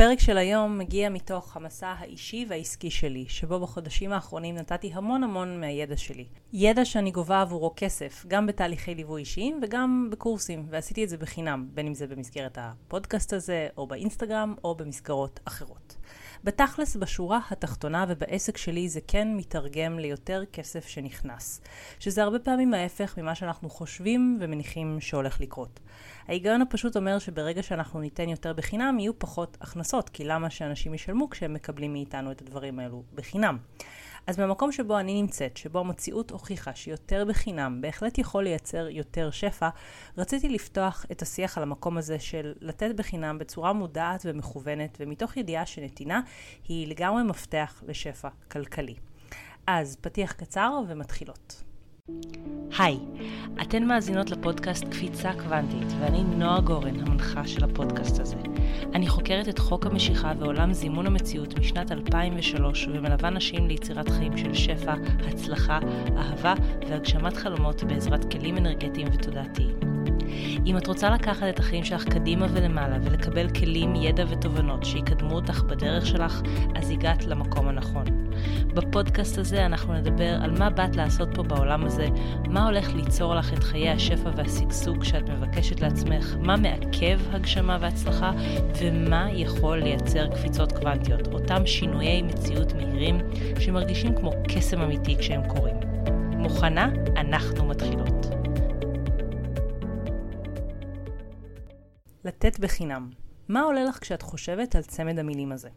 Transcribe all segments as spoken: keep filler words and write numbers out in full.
הפרק של היום מגיע מתוך המסע האישי והעסקי שלי, שבו בחודשים האחרונים נתתי המון המון מהידע שלי. ידע שאני גובה עבורו כסף, גם בתהליכי ליווי אישיים וגם בקורסים, ועשיתי את זה בחינם, בין אם זה במסגרת הפודקאסט הזה, או באינסטגרם, או במסגרות אחרות. בתכלס, בשורה התחתונה ובעסק שלי זה כן מתרגם ליותר כסף שנכנס, שזה הרבה פעמים ההפך ממה שאנחנו חושבים ומניחים שהולך לקרות. ההיגיון הפשוט אומר שברגע שאנחנו ניתן יותר בחינם, יהיו פחות הכנסות, כי למה שאנשים ישלמו כשהם מקבלים מאיתנו את הדברים האלו בחינם? אז במקום שבו אני נמצאת, שבו המציאות הוכיחה שיותר בחינם בהחלט יכול לייצר יותר שפע, רציתי לפתוח את השיח על המקום הזה של לתת בחינם בצורה מודעת ומכוונת, ומתוך ידיעה שנתינה היא לגמרי מפתח לשפע כלכלי. אז פתיח קצר ומתחילות. היי, אתן מאזינות לפודקאסט קפיצה קוונטית, ואני נועה גורן, המנחה של הפודקאסט הזה. אני חוקרת את חוק המשיכה ועולם זימון המציאות משנת אלפיים ושלוש, ומלווה נשים ליצירת חיים של שפע, הצלחה, אהבה והגשמת חלומות בעזרת כלים אנרגטיים ותודעתיים. אם את רוצה לקחת את החיים שלך קדימה ולמעלה ולקבל כלים, ידע ותובנות שיקדמו אותך בדרך שלך, אז הגעת למקום הנכון. בפודקאסט הזה אנחנו נדבר על מה באת לעשות פה בעולם הזה, מה הולך ליצור לך את חיי השפע והשגשוג שאת מבקשת לעצמך, מה מעכב הגשמה והצלחה, ומה יכול לייצר קפיצות קוונטיות, אותם שינויי מציאות מהירים שמרגישים כמו קסם אמיתי כשהם קורים. מוכנה? אנחנו מתחילות. לתת בחינם. מה עולה לך כשאת חושבת על צמד המילים הזה?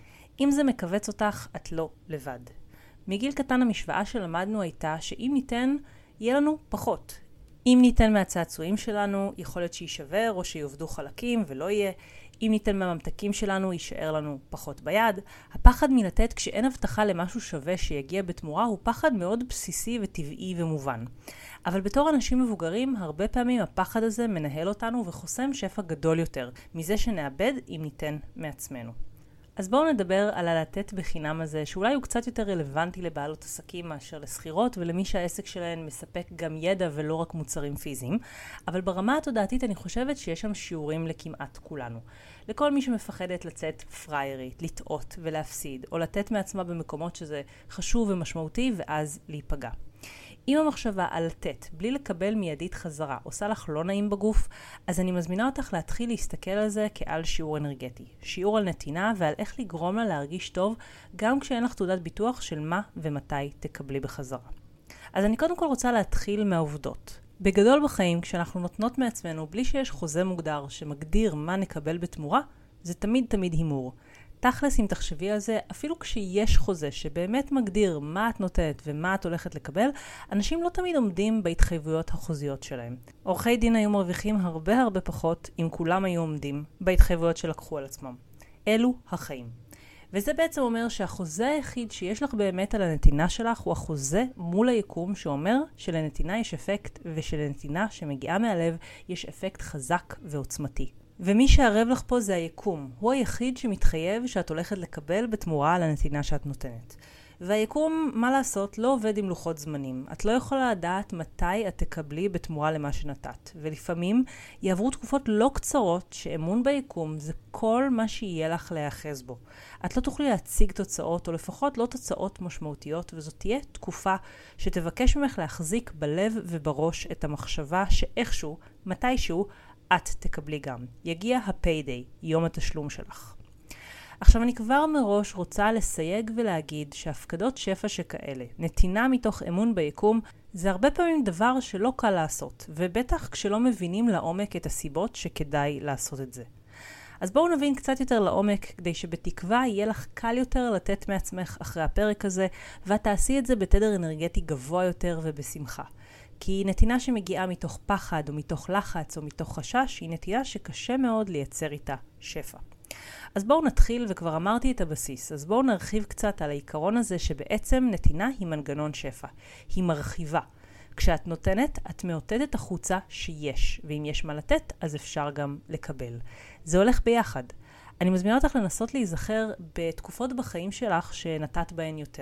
אם זה מקווץ אותך, את לא לבד. מגיל קטן המשוואה שלמדנו הייתה שאם ניתן, יהיה לנו פחות. אם ניתן מהצעצועים שלנו, יכול להיות שישבר או שיובדו חלקים ולא יהיה. אם ניתן מהממתקים שלנו, יישאר לנו פחות ביד. הפחד מלתת כשאין הבטחה למשהו שווה שיגיע בתמורה הוא פחד מאוד בסיסי וטבעי ומובן. אבל בתור אנשים מבוגרים, הרבה פעמים הפחד הזה מנהל אותנו וחוסם שפע גדול יותר מזה שנאבד אם ניתן מעצמנו. אז בואו נדבר על הלתת בחינם הזה, שאולי הוא קצת יותר רלוונטי לבעלות עסקים מאשר לסחירות, ולמי שהעסק שלהן מספק גם ידע ולא רק מוצרים פיזיים. אבל ברמה התודעתית אני חושבת שיש שם שיעורים לכמעט כולנו. לכל מי שמפחדת לצאת פריירית, לטעות ולהפסיד, או לתת מעצמה במקומות שזה חשוב ומשמעותי ואז להיפגע. אם המחשבה על לתת, בלי לקבל מיידית חזרה, עושה לך לא נעים בגוף, אז אני מזמינה אותך להתחיל להסתכל על זה כעל שיעור אנרגטי. שיעור על נתינה ועל איך לגרום לה להרגיש טוב, גם כשאין לך תעודת ביטוח של מה ומתי תקבלי בחזרה. אז אני קודם כל רוצה להתחיל מהעובדות. בגדול בחיים, כשאנחנו נותנות מעצמנו, בלי שיש חוזה מוגדר שמגדיר מה נקבל בתמורה, זה תמיד תמיד הימור. תכלס, אם תחשבי על זה, אפילו כשיש חוזה שבאמת מגדיר מה את נותנת ומה את הולכת לקבל, אנשים לא תמיד עומדים בהתחייבויות החוזיות שלהם. עורכי דין היו מרוויחים הרבה הרבה פחות אם כולם היו עומדים בהתחייבויות שלקחו על עצמם. אלו החיים. וזה בעצם אומר שהחוזה היחיד שיש לך באמת על הנתינה שלך הוא החוזה מול היקום שאומר שלנתינה יש אפקט ושלנתינה שמגיעה מהלב יש אפקט חזק ועוצמתי. ומי שערב לך פה זה היקום. הוא היחיד שמתחייב שאת הולכת לקבל בתמורה על הנתינה שאת נותנת. והיקום, מה לעשות, לא עובד עם לוחות זמנים. את לא יכולה לדעת מתי את תקבלי בתמורה למה שנתת. ולפעמים יעברו תקופות לא קצרות שאמון ביקום זה כל מה שיהיה לך להיאחז בו. את לא תוכלי להציג תוצאות, או לפחות לא תוצאות משמעותיות, וזאת תהיה תקופה שתבקש ממך להחזיק בלב ובראש את המחשבה שאיכשהו, מתישהו, את תקבלי גם. יגיע הפיידיי, יום התשלום שלך. עכשיו אני כבר מראש רוצה לסייג ולהגיד שהפקדות שפע שכאלה, נתינה מתוך אמון ביקום, זה הרבה פעמים דבר שלא קל לעשות, ובטח כשלא מבינים לעומק את הסיבות שכדאי לעשות את זה. אז בואו נבין קצת יותר לעומק, כדי שבתקווה יהיה לך קל יותר לתת מעצמך אחרי הפרק הזה, ואת תעשי את זה בתדר אנרגטי גבוה יותר ובשמחה. כי נתינה שמגיעה מתוך פחד או מתוך לחץ או מתוך חשש היא נתינה שקשה מאוד לייצר איתה שפע. אז בואו נתחיל, וכבר אמרתי את הבסיס, אז בואו נרחיב קצת על העיקרון הזה שבעצם נתינה היא מנגנון שפע. היא מרחיבה. כשאת נותנת, את מאותדת החוצה שיש, ואם יש מה לתת, אז אפשר גם לקבל. זה הולך ביחד. אני מזמינה אותך לנסות להיזכר בתקופות בחיים שלך שנתת בהן יותר.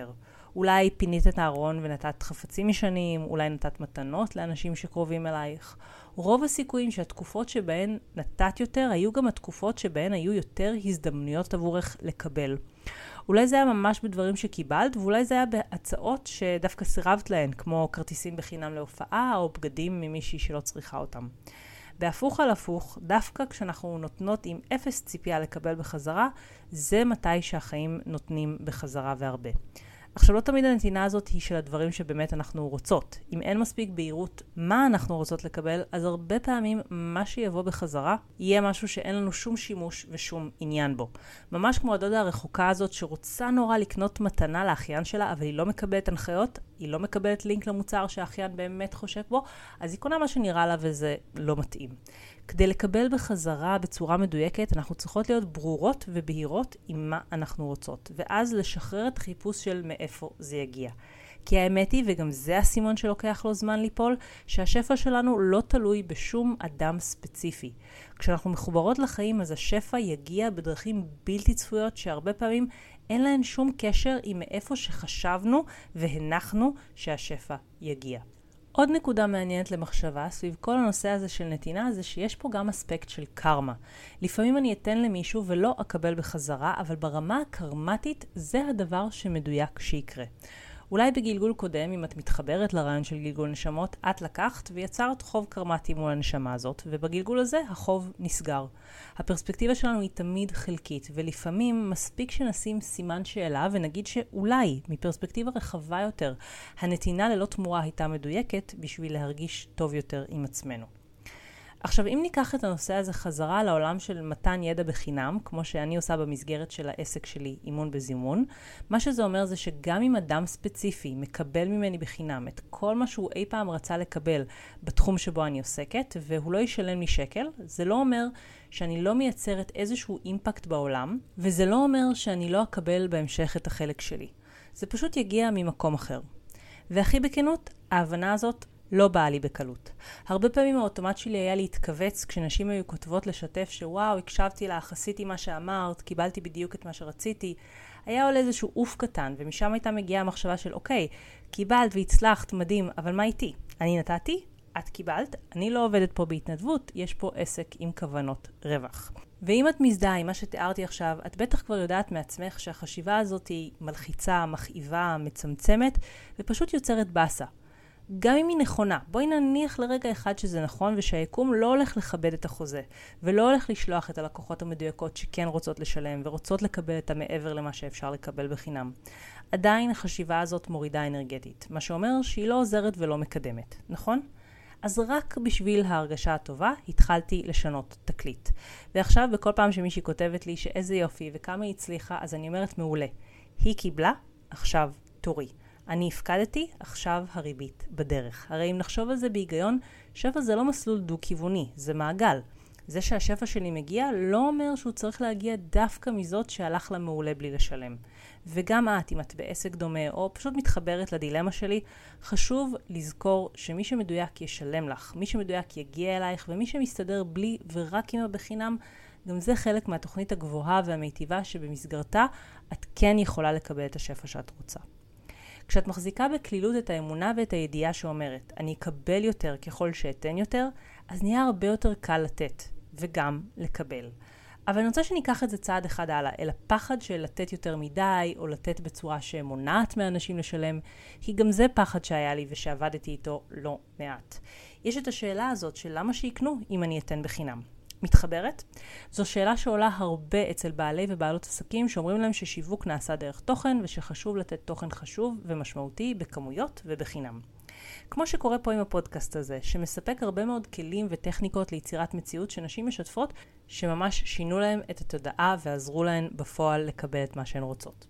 אולי פינית את הארון ונתת חפצים ישנים, אולי נתת מתנות לאנשים שקרובים אלייך. רוב הסיכויים שהתקופות שבהן נתת יותר, היו גם התקופות שבהן היו יותר הזדמנויות עבורך לקבל. אולי זה היה ממש בדברים שקיבלת, ואולי זה היה בהצעות שדווקא סירבת להן, כמו כרטיסים בחינם להופעה, או בגדים ממישהי שלא צריכה אותם. בהפוך על הפוך, דווקא כשאנחנו נותנות עם אפס ציפייה לקבל בחזרה, זה מתי שהחיים נותנים בחזרה והרבה. עכשיו, לא תמיד הנתינה הזאת היא של הדברים שבאמת אנחנו רוצות. אם אין מספיק בהירות מה אנחנו רוצות לקבל, אז הרבה פעמים מה שיבוא בחזרה יהיה משהו שאין לנו שום שימוש ושום עניין בו. ממש כמו הדודה הרחוקה הזאת שרוצה נורא לקנות מתנה לאחיין שלה, אבל היא לא מקבלת הנחיות, היא לא מקבלת לינק למוצר שהאחיין באמת חושב בו, אז היא קונה מה שנראה לה וזה לא מתאים. כדי לקבל בחזרה בצורה מדויקת, אנחנו צריכות להיות ברורות ובהירות עם מה אנחנו רוצות, ואז לשחרר את החיפוש של מאיפה זה יגיע. כי האמת היא, וגם זה הסימון שלוקח לו זמן ליפול, שהשפע שלנו לא תלוי בשום אדם ספציפי. כשאנחנו מחוברות לחיים, אז השפע יגיע בדרכים בלתי צפויות, שהרבה פעמים אין להן שום קשר עם מאיפה שחשבנו והנחנו שהשפע יגיע. עוד נקודה מעניינת למחשבה סביב כל הנושא הזה של נתינה זה שיש פה גם אספקט של קרמה. לפעמים אני אתן למישהו ולא אקבל בחזרה, אבל ברמה הקרמטית זה הדבר שמדויק שיקרה. אולי בגלגול קודם, אם את מתחברת לרעיון של גלגול נשמות, את לקחת ויצרת חוב קרמטי מול הנשמה הזאת, ובגלגול הזה החוב נסגר. הפרספקטיבה שלנו היא תמיד חלקית, ולפעמים מספיק שנשים סימן שאלה ונגיד שאולי, מפרספקטיבה רחבה יותר, הנתינה ללא תמורה הייתה מדויקת בשביל להרגיש טוב יותר עם עצמנו. עכשיו, אם ניקח את הנושא הזה חזרה לעולם של מתן ידע בחינם, כמו שאני עושה במסגרת של העסק שלי, אימון בזימון, מה שזה אומר זה שגם אם אדם ספציפי מקבל ממני בחינם את כל מה שהוא אי פעם רצה לקבל בתחום שבו אני עוסקת, והוא לא ישלם לי שקל, זה לא אומר שאני לא מייצרת איזשהו אימפקט בעולם, וזה לא אומר שאני לא אקבל בהמשך את החלק שלי. זה פשוט יגיע ממקום אחר. והכי בכנות, ההבנה הזאת לא באה לי בקלות. הרבה פעמים האוטומט שלי היה להתכווץ כשנשים היו כותבות לשתף שוואו, הקשבתי לה, עשיתי מה שאמרת, קיבלתי בדיוק את מה שרציתי. היה עולה איזשהו אוף קטן, ומשם הייתה מגיעה המחשבה של אוקיי, קיבלת והצלחת, מדהים, אבל מה איתי? אני נתתי? את קיבלת? אני לא עובדת פה בהתנדבות, יש פה עסק עם כוונות רווח. ואם את מזדהה עם מה שתיארתי עכשיו, את בטח כבר יודעת מעצמך שהחשיבה הזאת היא מלחיצה, מכאיבה, מצמצמת, ופשוט יוצרת בסה. גם אם היא נכונה, בואי נניח לרגע אחד שזה נכון ושהיקום לא הולך לכבד את החוזה ולא הולך לשלוח את הלקוחות המדויקות שכן רוצות לשלם ורוצות לקבל את המעבר למה שאפשר לקבל בחינם. עדיין החשיבה הזאת מורידה אנרגטית, מה שאומר שהיא לא עוזרת ולא מקדמת, נכון? אז רק בשביל ההרגשה הטובה התחלתי לשנות תקליט. ועכשיו בכל פעם שמישהי כותבת לי שאיזה יופי וכמה היא הצליחה, אז אני אומרת מעולה. היא קיבלה, עכשיו תורי. אני הפקדתי, עכשיו הריבית בדרך. הרי אם נחשוב על זה בהיגיון, שפע זה לא מסלול דו-כיווני, זה מעגל. זה שהשפע שלי מגיע לא אומר שהוא צריך להגיע דווקא מזאת שהלך לה מעולה בלי לשלם. וגם את, אם את בעסק דומה או פשוט מתחברת לדילמה שלי, חשוב לזכור שמי שמדויק ישלם לך, מי שמדויק יגיע אלייך, ומי שמסתדר בלי ורק עם הבחינם, גם זה חלק מהתוכנית הגבוהה והמיטיבה שבמסגרתה את כן יכולה לקבל את השפע שאת רוצה. כשאת מחזיקה בכלילות את האמונה ואת הידיעה שאומרת, אני אקבל יותר ככל שאתן יותר, אז נהיה הרבה יותר קל לתת, וגם לקבל. אבל אני רוצה שניקח את זה צעד אחד הלאה, אל הפחד של לתת יותר מדי, או לתת בצורה שמונעת מאנשים לשלם, כי גם זה פחד שהיה לי ושעבדתי איתו לא מעט. יש את השאלה הזאת של למה שיקנו אם אני אתן בחינם. מתחברת? זו שאלה שעולה הרבה אצל בעלי ובעלות עסקים שאומרים להם ששיווק נעשה דרך תוכן ושחשוב לתת תוכן חשוב ומשמעותי בכמויות ובחינם. כמו שקורה פה עם הפודקאסט הזה, שמספק הרבה מאוד כלים וטכניקות ליצירת מציאות שנשים משתפות שממש שינו להם את התודעה ועזרו להן בפועל לקבל את מה שהן רוצות.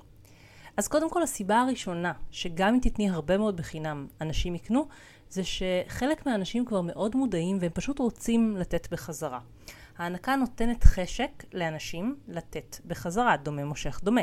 אז קודם כל הסיבה הראשונה שגם אם תתני הרבה מאוד בחינם אנשים יקנו, זה שחלק מהאנשים כבר מאוד מודעים והם פשוט רוצים לתת בחזרה. ההענקה נותנת חשק לאנשים לתת בחזרה, דומה מושך דומה.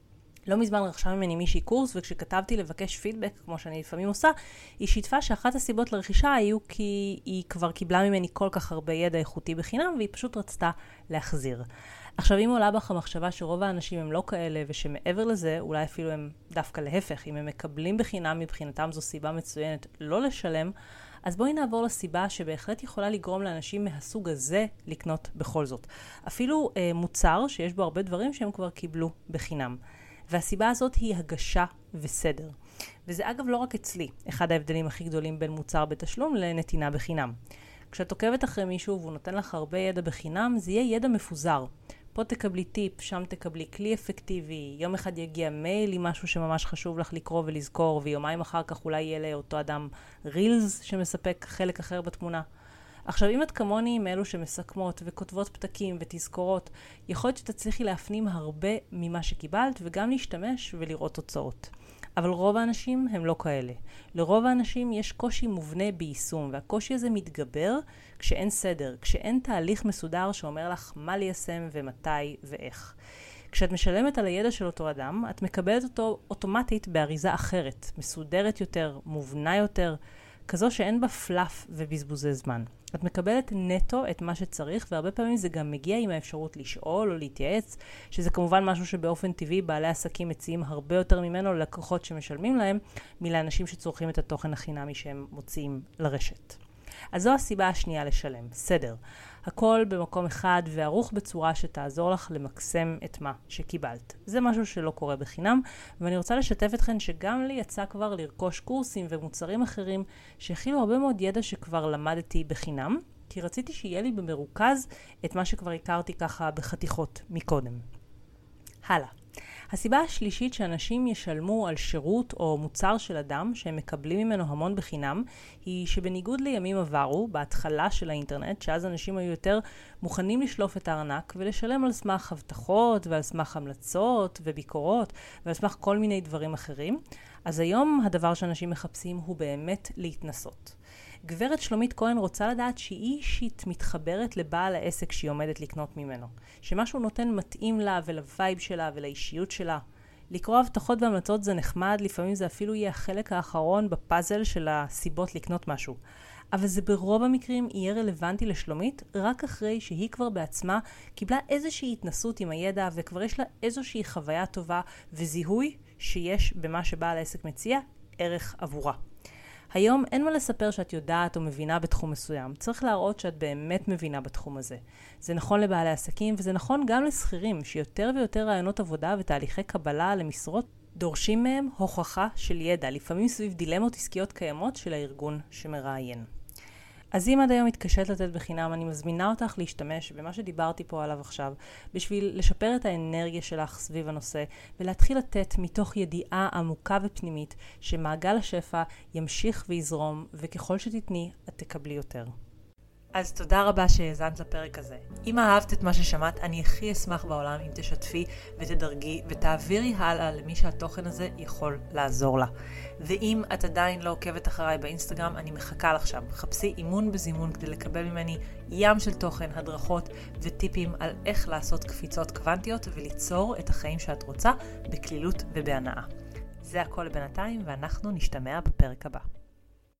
לא מזמן רכשה ממני מישהי קורס, וכשכתבתי לבקש פידבק, כמו שאני לפעמים עושה, היא שיתפה שאחת הסיבות לרכישה היו כי היא כבר קיבלה ממני כל כך הרבה ידע איכותי בחינם, והיא פשוט רצתה להחזיר. עכשיו, אם עולה בך המחשבה שרוב האנשים הם לא כאלה, ושמעבר לזה, אולי אפילו הם דווקא להפך, אם הם מקבלים בחינם מבחינתם זו סיבה מצוינת לא לשלם, אז בואי נעבור לסיבה שבהחלט יכולה לגרום לאנשים מהסוג הזה לקנות בכל זאת. אפילו אה, מוצר שיש בו הרבה דברים שהם כבר קיבלו בחינם. והסיבה הזאת היא הגשה וסדר. וזה אגב לא רק אצלי, אחד ההבדלים הכי גדולים בין מוצר בתשלום לנתינה בחינם. כשאת עוקבת אחרי מישהו והוא נותן לך הרבה ידע בחינם, זה יהיה ידע מפוזר. פה תקבלי טיפ, שם תקבלי כלי אפקטיבי, יום אחד יגיע מייל עם משהו שממש חשוב לך לקרוא ולזכור, ויומיים אחר כך אולי יהיה לאותו אדם רילס שמספק חלק אחר בתמונה. עכשיו, אם את כמוני עם אלו שמסכמות וכותבות פתקים ותזכורות, יכול להיות שתצליחי להפנים הרבה ממה שקיבלת וגם להשתמש ולראות תוצאות. אבל רוב האנשים הם לא כאלה. לרוב האנשים יש קושי מובנה ביישום, והקושי הזה מתגבר כשאין סדר, כשאין תהליך מסודר שאומר לך מה ליישם ומתי ואיך. כשאת משלמת על הידע של אותו אדם, את מקבלת אותו אוטומטית באריזה אחרת, מסודרת יותר, מובנה יותר, כזו שאין בה פלאף ובזבוזי זמן. את מקבלת נטו את מה שצריך, והרבה פעמים זה גם מגיע עם האפשרות לשאול או להתייעץ, שזה כמובן משהו שבאופן טבעי בעלי עסקים מציעים הרבה יותר ממנו ללקוחות שמשלמים להם, מלאנשים שצורכים את התוכן החינמי שהם מוציאים לרשת. אז זו הסיבה השנייה לשלם, סדר. הכל במקום אחד וערוך בצורה שתעזור לך למקסם את מה שקיבלת. זה משהו שלא קורה בחינם, ואני רוצה לשתף אתכן שגם לי יצא כבר לרכוש קורסים ומוצרים אחרים שהכילו הרבה מאוד ידע שכבר למדתי בחינם, כי רציתי שיהיה לי במרוכז את מה שכבר הכרתי ככה בחתיכות מקודם. הלאה. הסיבה השלישית שאנשים ישלמו על שירות או מוצר של אדם שהם מקבלים ממנו המון בחינם, היא שבניגוד לימים עברו, בהתחלה של האינטרנט, שאז אנשים היו יותר מוכנים לשלוף את הארנק ולשלם על סמך הבטחות ועל סמך המלצות וביקורות ועל סמך כל מיני דברים אחרים, אז היום הדבר שאנשים מחפשים הוא באמת להתנסות. גברת שלומית כהן רוצה לדעת שהיא אישית מתחברת לבעל העסק שהיא עומדת לקנות ממנו. שמשהו נותן מתאים לה ולווייב שלה ולאישיות שלה. לקרוא הבטחות והמלצות זה נחמד, לפעמים זה אפילו יהיה החלק האחרון בפאזל של הסיבות לקנות משהו. אבל זה ברוב המקרים יהיה רלוונטי לשלומית רק אחרי שהיא כבר בעצמה קיבלה איזושהי התנסות עם הידע וכבר יש לה איזושהי חוויה טובה וזיהוי שיש במה שבעל העסק מציע ערך עבורה. היום אין מה לספר שאת יודעת או מבינה בתחום מסוים. צריך להראות שאת באמת מבינה בתחום הזה. זה נכון לבעלי עסקים וזה נכון גם לשכירים שיותר ויותר רעיונות עבודה ותהליכי קבלה למשרות דורשים מהם הוכחה של ידע, לפעמים סביב דילמות עסקיות קיימות של הארגון שמראיין. אז אם עד היום מתקשת לתת בחינם, אני מזמינה אותך להשתמש במה שדיברתי פה עליו עכשיו, בשביל לשפר את האנרגיה שלך סביב הנושא, ולהתחיל לתת מתוך ידיעה עמוקה ופנימית, שמעגל השפע ימשיך ויזרום, וככל שתתני, את תקבלי יותר. אז תודה רבה שהאזנת לפרק הזה. אם אהבת את מה ששמעת, אני הכי אשמח בעולם אם תשתפי ותדרגי ותעבירי הלאה למי שהתוכן הזה יכול לעזור לה. ואם את עדיין לא עוקבת אחריי באינסטגרם, אני מחכה לך שם. חפשי אימון בזימון כדי לקבל ממני ים של תוכן, הדרכות וטיפים על איך לעשות קפיצות קוונטיות וליצור את החיים שאת רוצה בכלילות ובהנאה. זה הכל לבינתיים ואנחנו נשתמע בפרק הבא.